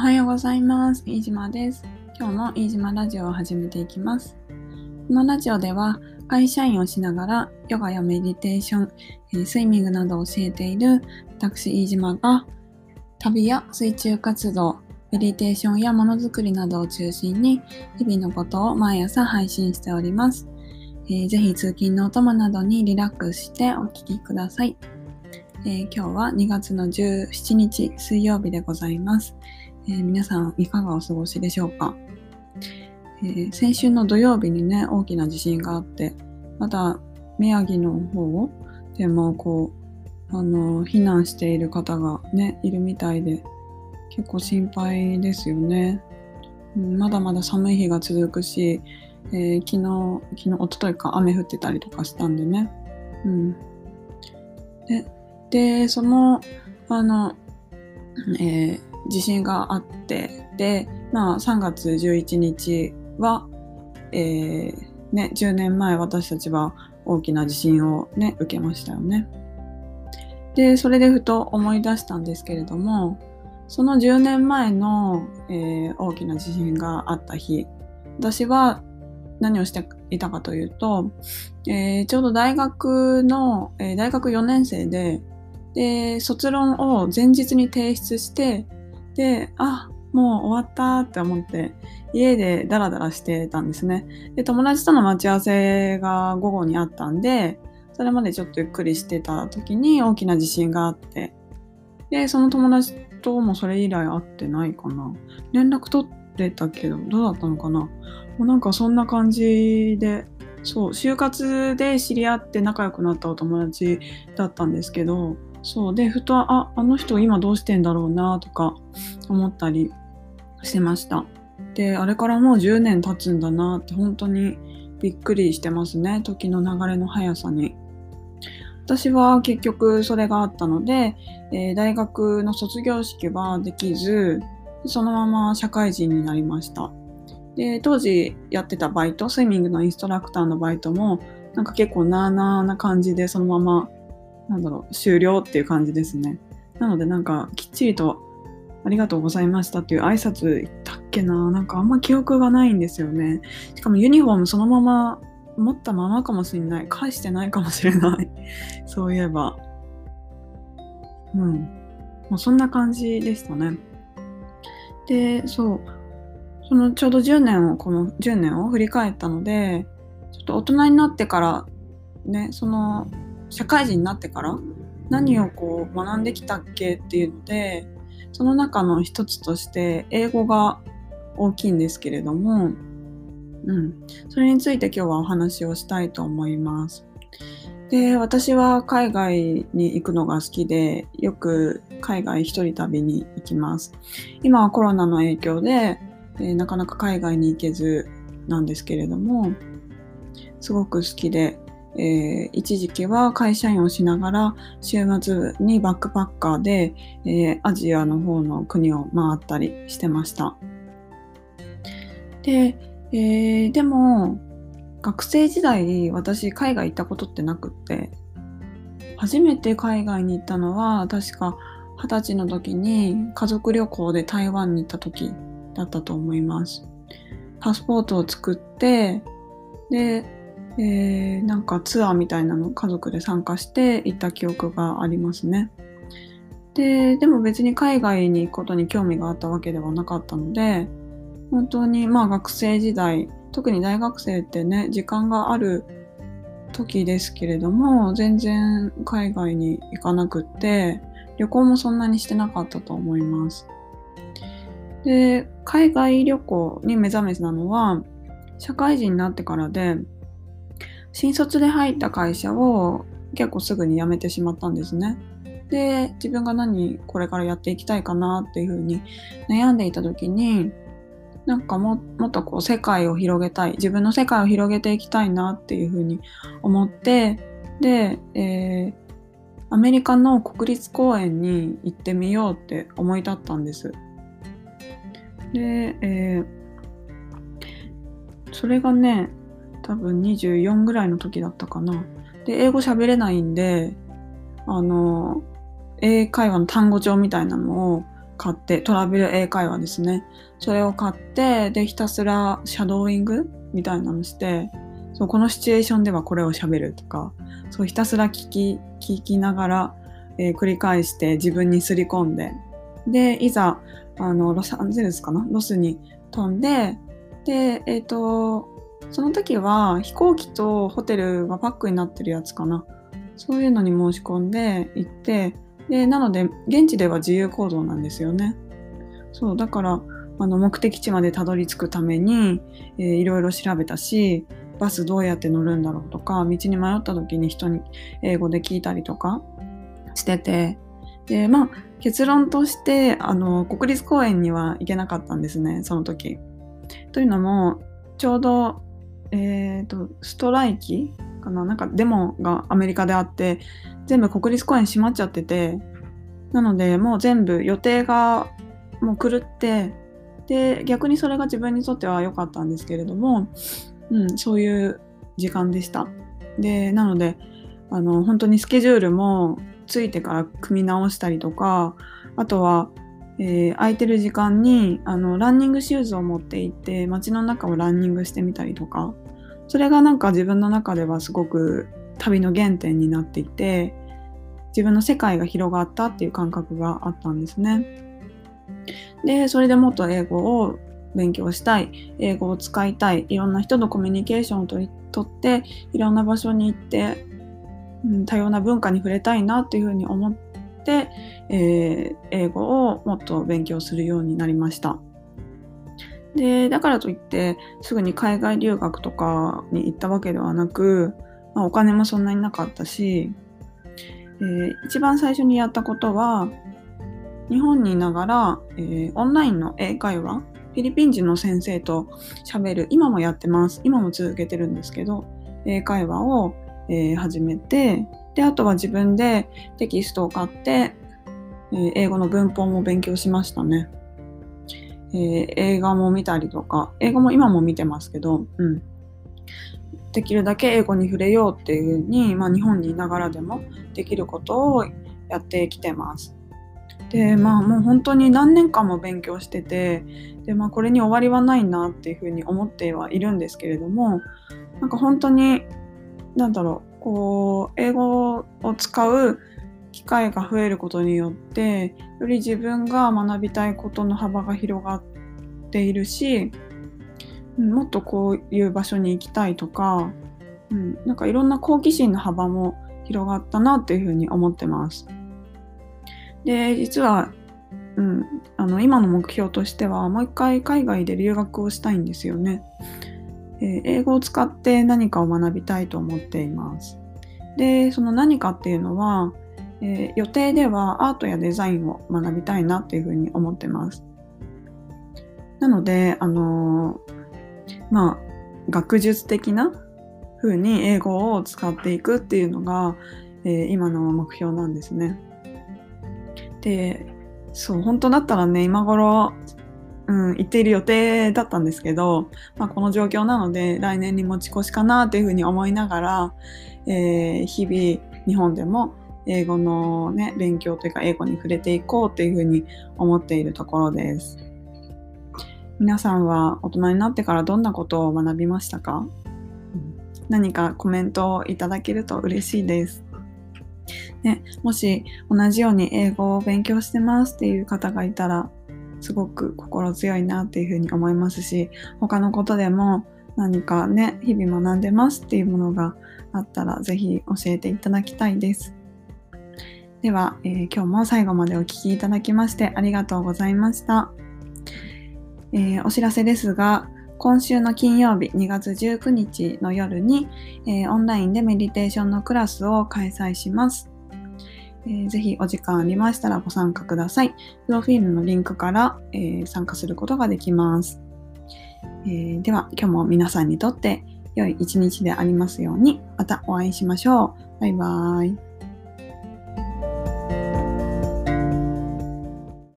はようございます。飯島です。今日も飯島ラジオを始めていきます。このラジオでは会社員をしながらヨガやメディテーション、スイミングなどを教えている私飯島が旅や水中活動、メディテーションやものづくりなどを中心に日々のことを毎朝配信しております。ぜひ通勤のお供などにリラックスしてお聞きください。今日は2月の17日水曜日でございます。皆さんいかがお過ごしでしょうか。先週の土曜日にね、大きな地震があって、また宮城の方でも避難している方がね、いるみたいで、結構心配ですよね。まだまだ寒い日が続くし、昨日、一昨日か雨降ってたりとかしたんでね。で、その、地震があって、で、3月11日は、10年前私たちは大きな地震をね、受けましたよね。で、それでふと思い出したんですけれども、その10年前の、大きな地震があった日、私は何をしていたかというと、ちょうど大学4年生で、卒論を前日に提出して、で、もう終わったって思って、家でダラダラしてたんですね。で、友達との待ち合わせが午後にあったんで、それまでちょっとゆっくりしてた時に大きな地震があって、で、その友達ともそれ以来会ってないかな。連絡取ってたけど、どうだったのかな。もうなんかそんな感じで、そう、就活で知り合って仲良くなったお友達だったんですけど、そうで、ふと、あの人今どうしてんだろうなとか思ったりしてました。で、あれからもう10年経つんだなって本当にびっくりしてますね。時の流れの速さに。私は結局それがあったので、大学の卒業式はできず、そのまま社会人になりました。で、当時やってたバイト、スイミングのインストラクターのバイトも、なんか結構な感じでそのまま終了っていう感じですね。なのでなんかきっちりとありがとうございましたっていう挨拶言ったっけな。なんかあんま記憶がないんですよね。しかもユニフォームそのまま持ったままかもしれない。返してないかもしれない。そういえば。もうそんな感じでしたね。で、そのちょうどこの10年を振り返ったので、ちょっと大人になってからね、社会人になってから何を学んできたっけっていうので、その中の一つとして英語が大きいんですけれども、それについて今日はお話をしたいと思います。で、私は海外に行くのが好きで、よく海外一人旅に行きます。今はコロナの影響で、なかなか海外に行けずなんですけれども、すごく好きで、一時期は会社員をしながら週末にバックパッカーで、アジアの方の国を回ったりしてました。で、でも学生時代私海外行ったことってなくって、初めて海外に行ったのは確か20歳の時に家族旅行で台湾に行った時だったと思います。パスポートを作って、でなんかツアーみたいなの家族で参加して行った記憶がありますね。でも別に海外に行くことに興味があったわけではなかったので、本当に学生時代、特に大学生ってね、時間がある時ですけれども、全然海外に行かなくって、旅行もそんなにしてなかったと思います。で、海外旅行に目覚めたのは、社会人になってからで、新卒で入った会社を結構すぐに辞めてしまったんですね。で、自分がこれからやっていきたいかなっていうふうに悩んでいた時に、なんかもっと世界を広げたい、自分の世界を広げていきたいなっていうふうに思って、で、アメリカの国立公園に行ってみようって思い立ったんです。で、それがね、多分24ぐらいの時だったかな。で、英語喋れないんで、英会話の単語帳みたいなのを買って、トラベル英会話ですね。それを買って、で、ひたすらシャドーイングみたいなのして、そう、このシチュエーションではこれを喋るとか、そうひたすら聞きながら、繰り返して自分にすり込んで、で、いざ、ロサンゼルスかなロスに飛んで、で、その時は飛行機とホテルがパックになってるやつかな。そういうのに申し込んで行って、で、なので、現地では自由行動なんですよね。そう、だから、目的地までたどり着くために、いろいろ調べたし、バスどうやって乗るんだろうとか、道に迷った時に人に英語で聞いたりとかしてて、で、結論として、国立公園には行けなかったんですね、その時。というのも、ちょうど、ストライキかな、なんかデモがアメリカであって、全部国立公園閉まっちゃってて、なのでもう全部予定がもう狂って、で、逆にそれが自分にとっては良かったんですけれども、そういう時間でした。で、なので、本当にスケジュールもついてから組み直したりとか、あとは、空いてる時間にランニングシューズを持って行って街の中をランニングしてみたりとか、それがなんか自分の中ではすごく旅の原点になっていて、自分の世界が広がったっていう感覚があったんですね。で、それでもっと英語を勉強したい、英語を使いたい、いろんな人とコミュニケーションをとって、いろんな場所に行って、多様な文化に触れたいなっていうふうに思って、英語をもっと勉強するようになりました。で、だからといってすぐに海外留学とかに行ったわけではなく、お金もそんなになかったし、一番最初にやったことは、日本にいながら、オンラインの英会話、フィリピン人の先生と喋る、今もやってます。今も続けてるんですけど、英会話を、始めて、で、あとは自分でテキストを買って、英語の文法も勉強しましたね。映画も見たりとか、英語も今も見てますけど、できるだけ英語に触れようっていう風に、日本にいながらでもできることをやってきてます。で、もう本当に何年間も勉強してて、で、これに終わりはないなっていう風に思ってはいるんですけれども、なんか本当に、英語を使う機会が増えることによって、より自分が学びたいことの幅が広がっているし、もっとこういう場所に行きたいとか、なんかいろんな好奇心の幅も広がったなっていうふうに思ってます。で、実は、今の目標としてはもう一回海外で留学をしたいんですよね。英語を使って何かを学びたいと思っています。で、その何かっていうのは、予定ではアートやデザインを学びたいなっていうふうに思ってます。なので、学術的な風に英語を使っていくっていうのが、今の目標なんですね。で、そう、本当だったらね、今頃、行っている予定だったんですけど、この状況なので来年に持ち越しかなっていうふうに思いながら、日々日本でも英語のね、勉強というか英語に触れていこうっていうふうに思っているところです。皆さんは大人になってからどんなことを学びましたか？何かコメントをいただけると嬉しいです。ね、もし同じように英語を勉強してますっていう方がいたら、すごく心強いなっていうふうに思いますし、他のことでも何かね、日々学んでますっていうものがあったらぜひ教えていただきたいです。では、今日も最後までお聞きいただきましてありがとうございました。お知らせですが、今週の金曜日2月19日の夜に、オンラインでメディテーションのクラスを開催します。ぜひお時間ありましたらご参加ください。プロフィールのリンクから、参加することができます。では今日も皆さんにとって良い一日でありますように、またお会いしましょう。バイバーイ。